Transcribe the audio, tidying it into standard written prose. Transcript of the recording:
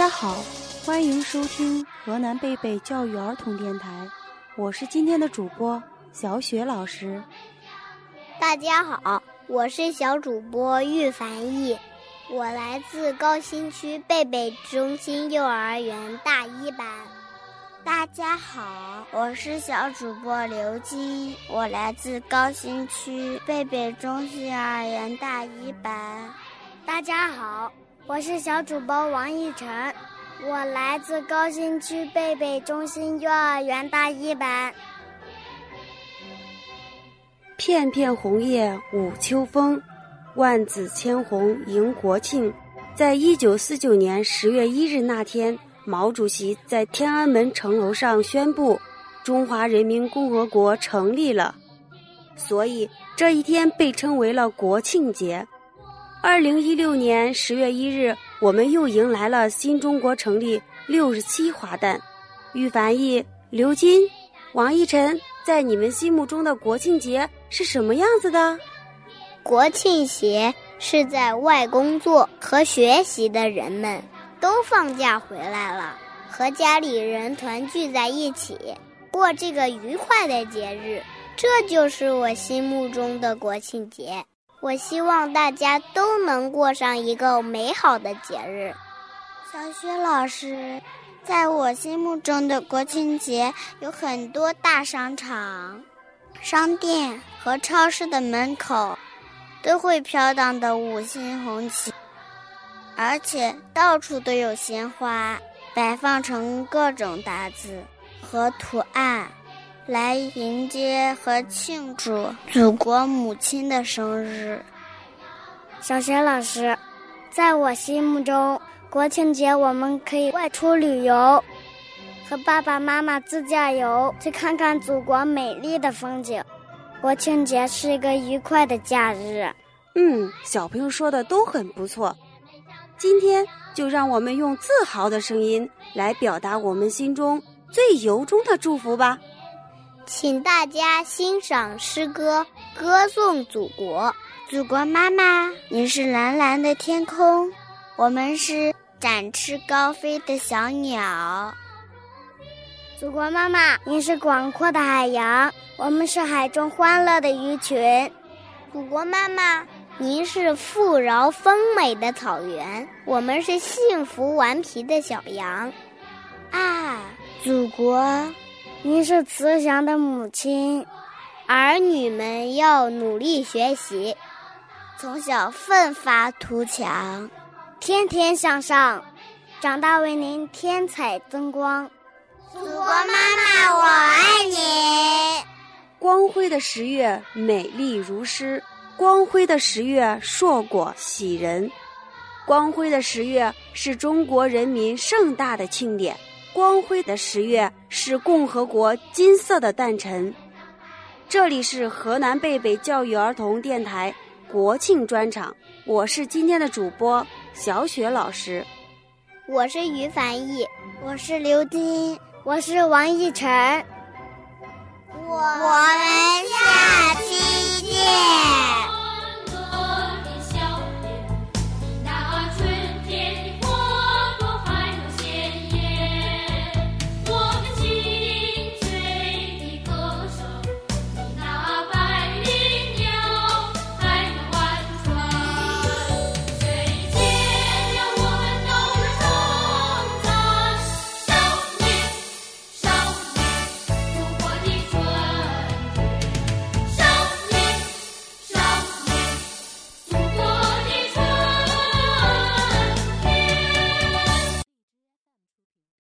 家好，欢迎收听河南贝贝教育儿童电台，我是今天的主播小雪老师。 大家好，我是小主播玉凡毅，我来自高新区贝贝中心幼儿园大一班。 大家好，我是小主播刘基，我来自高新区贝贝中心幼儿园大一班。 大家好，我是小主播王逸晨，我来自高新区贝贝中心幼儿园大一班。 片片红叶舞秋风，万紫千红迎国庆。在1949年10月1日那天，毛主席在天安门城楼上宣布中华人民共和国成立了，所以这一天被称为了国庆节。2016年10月1日，我们又迎来了新中国成立67华诞。玉凡毅、刘金、王逸晨，在你们心目中的国庆节是什么样子的？ 国庆节是在外工作和学习的人们都放假回来了，和家里人团聚在一起，过这个愉快的节日，这就是我心目中的国庆节。我希望大家都能过上一个美好的节日。 小雪老师，在我心目中的国庆节有很多大商场、商店和超市的门口都会飘荡的5星红旗，而且到处都有鲜花摆放成各种大字和图案，来迎接和庆祝祖国母亲的生日。 小雪老师，在我心目中，国庆节我们可以外出旅游，和爸爸妈妈自驾游，去看看祖国美丽的风景。国庆节是一个愉快的假日。 小朋友说的都很不错。今天就让我们用自豪的声音来表达我们心中最由衷的祝福吧。 请大家欣赏诗歌，歌颂祖国。 祖国妈妈，你是蓝蓝的天空，我们是展翅高飞的小鸟。 祖国妈妈，你是广阔的海洋，我们是海中欢乐的鱼群。 祖国妈妈，您是富饶丰美的草原，我们是幸福顽皮的小羊。 祖国， 您是慈祥的母亲， 儿女们要努力学习， 从小奋发图强， 天天向上，长大为您添彩增光。 祖国妈妈，我爱你。 光辉的10月，美丽如诗；光辉的10月，硕果喜人。光辉的10月是中国人民盛大的庆典，光辉的10月是共和国金色的诞辰。这里是河南贝贝教育儿童电台国庆专场，我是今天的主播小雪老师。 我是于凡毅， 我是刘金， 我是王逸晨。 我们下期见。